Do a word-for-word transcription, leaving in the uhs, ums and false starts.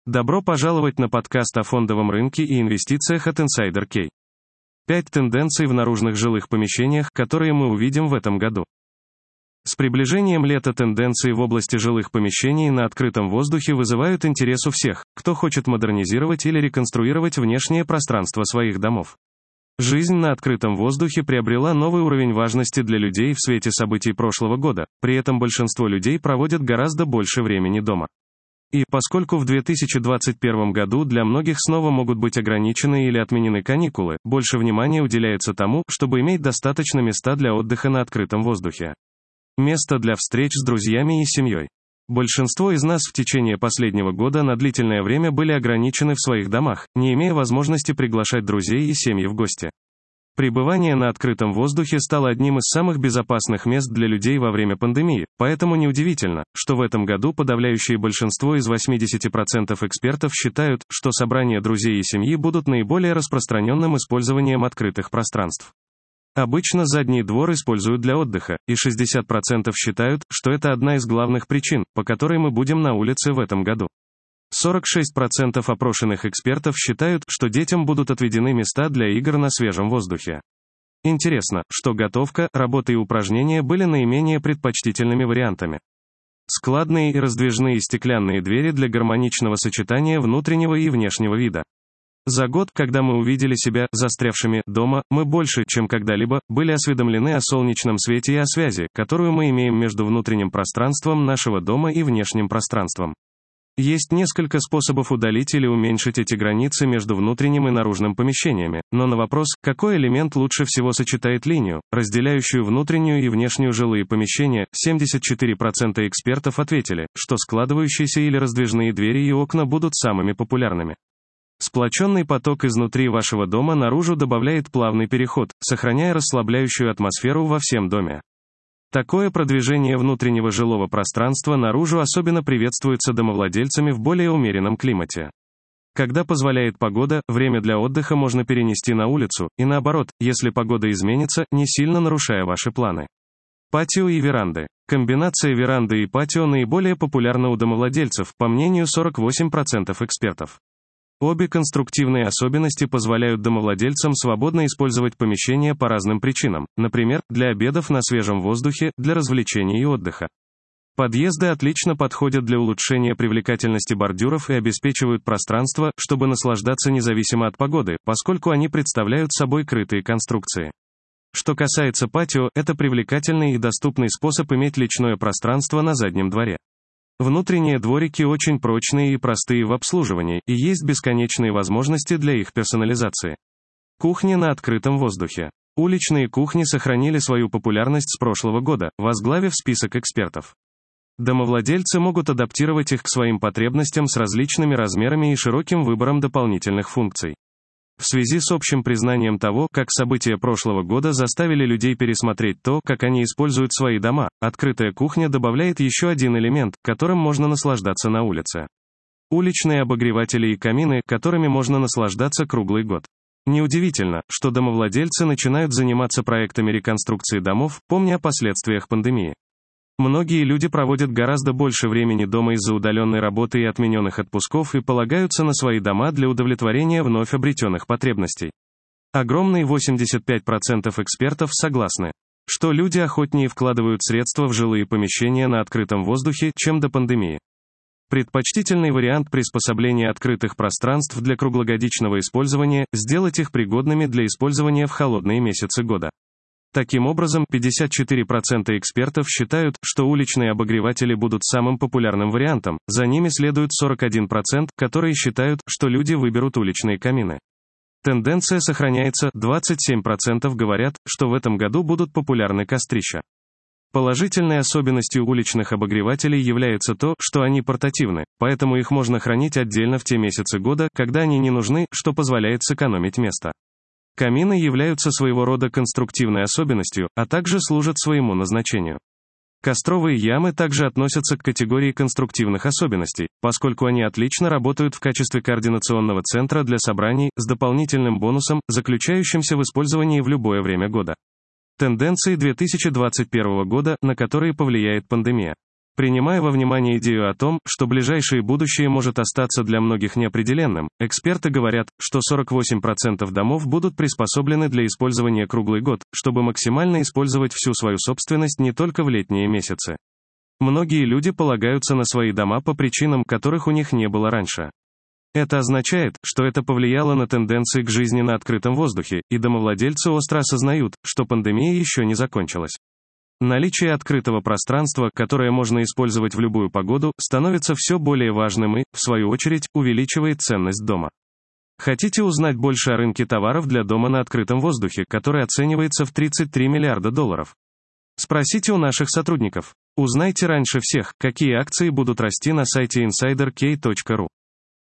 Добро пожаловать на подкаст о фондовом рынке и инвестициях от Insider Key. Пять тенденций в наружных жилых помещениях, которые мы увидим в этом году. С приближением лета тенденции в области жилых помещений на открытом воздухе вызывают интерес у всех, кто хочет модернизировать или реконструировать внешнее пространство своих домов. Жизнь на открытом воздухе приобрела новый уровень важности для людей в свете событий прошлого года, при этом большинство людей проводят гораздо больше времени дома. И поскольку в две тысячи двадцать первом году для многих снова могут быть ограничены или отменены каникулы, больше внимания уделяется тому, чтобы иметь достаточно места для отдыха на открытом воздухе. Место для встреч с друзьями и семьей. Большинство из нас в течение последнего года на длительное время были ограничены в своих домах, не имея возможности приглашать друзей и семьи в гости. Пребывание на открытом воздухе стало одним из самых безопасных мест для людей во время пандемии, поэтому неудивительно, что в этом году подавляющее большинство из восемьдесят процентов экспертов считают, что собрания друзей и семьи будут наиболее распространенным использованием открытых пространств. Обычно задний двор используют для отдыха, и шестьдесят процентов считают, что это одна из главных причин, по которой мы будем на улице в этом году. сорок шесть процентов опрошенных экспертов считают, что детям будут отведены места для игр на свежем воздухе. Интересно, что готовка, работа и упражнения были наименее предпочтительными вариантами. Складные и раздвижные стеклянные двери для гармоничного сочетания внутреннего и внешнего вида. За год, когда мы увидели себя застрявшими дома, мы больше, чем когда-либо, были осведомлены о солнечном свете и о связи, которую мы имеем между внутренним пространством нашего дома и внешним пространством. Есть несколько способов удалить или уменьшить эти границы между внутренним и наружным помещениями, но на вопрос, какой элемент лучше всего сочетает линию, разделяющую внутреннюю и внешнюю жилые помещения, семьдесят четыре процента экспертов ответили, что складывающиеся или раздвижные двери и окна будут самыми популярными. Сплоченный поток изнутри вашего дома наружу добавляет плавный переход, сохраняя расслабляющую атмосферу во всем доме. Такое продвижение внутреннего жилого пространства наружу особенно приветствуется домовладельцами в более умеренном климате. Когда позволяет погода, время для отдыха можно перенести на улицу, и наоборот, если погода изменится, не сильно нарушая ваши планы. Патио и веранды. Комбинация веранды и патио наиболее популярна у домовладельцев, по мнению сорок восемь процентов экспертов. Обе конструктивные особенности позволяют домовладельцам свободно использовать помещения по разным причинам, например, для обедов на свежем воздухе, для развлечений и отдыха. Подъезды отлично подходят для улучшения привлекательности бордюров и обеспечивают пространство, чтобы наслаждаться независимо от погоды, поскольку они представляют собой крытые конструкции. Что касается патио, это привлекательный и доступный способ иметь личное пространство на заднем дворе. Внутренние дворики очень прочные и простые в обслуживании, и есть бесконечные возможности для их персонализации. Кухни на открытом воздухе. Уличные кухни сохранили свою популярность с прошлого года, возглавив список экспертов. Домовладельцы могут адаптировать их к своим потребностям с различными размерами и широким выбором дополнительных функций. В связи с общим признанием того, как события прошлого года заставили людей пересмотреть то, как они используют свои дома, открытая кухня добавляет еще один элемент, которым можно наслаждаться на улице. Уличные обогреватели и камины, которыми можно наслаждаться круглый год. Неудивительно, что домовладельцы начинают заниматься проектами реконструкции домов, помня о последствиях пандемии. Многие люди проводят гораздо больше времени дома из-за удаленной работы и отмененных отпусков и полагаются на свои дома для удовлетворения вновь обретенных потребностей. Огромный восемьдесят пять процентов экспертов согласны, что люди охотнее вкладывают средства в жилые помещения на открытом воздухе, чем до пандемии. Предпочтительный вариант приспособления открытых пространств для круглогодичного использования – сделать их пригодными для использования в холодные месяцы года. Таким образом, пятьдесят четыре процента экспертов считают, что уличные обогреватели будут самым популярным вариантом, за ними следует сорок один процент, которые считают, что люди выберут уличные камины. Тенденция сохраняется, двадцать семь процентов говорят, что в этом году будут популярны кострища. Положительной особенностью уличных обогревателей является то, что они портативны, поэтому их можно хранить отдельно в те месяцы года, когда они не нужны, что позволяет сэкономить место. Камины являются своего рода конструктивной особенностью, а также служат своему назначению. Костровые ямы также относятся к категории конструктивных особенностей, поскольку они отлично работают в качестве координационного центра для собраний, с дополнительным бонусом, заключающимся в использовании в любое время года. Тенденции две тысячи двадцать первого года, на которые повлияет пандемия. Принимая во внимание идею о том, что ближайшее будущее может остаться для многих неопределенным, эксперты говорят, что сорок восемь процентов домов будут приспособлены для использования круглый год, чтобы максимально использовать всю свою собственность не только в летние месяцы. Многие люди полагаются на свои дома по причинам, которых у них не было раньше. Это означает, что это повлияло на тенденции к жизни на открытом воздухе, и домовладельцы остро осознают, что пандемия еще не закончилась. Наличие открытого пространства, которое можно использовать в любую погоду, становится все более важным и, в свою очередь, увеличивает ценность дома. Хотите узнать больше о рынке товаров для дома на открытом воздухе, который оценивается в тридцать три миллиарда долларов? Спросите у наших сотрудников. Узнайте раньше всех, какие акции будут расти на сайте инсайдер кей точка ру.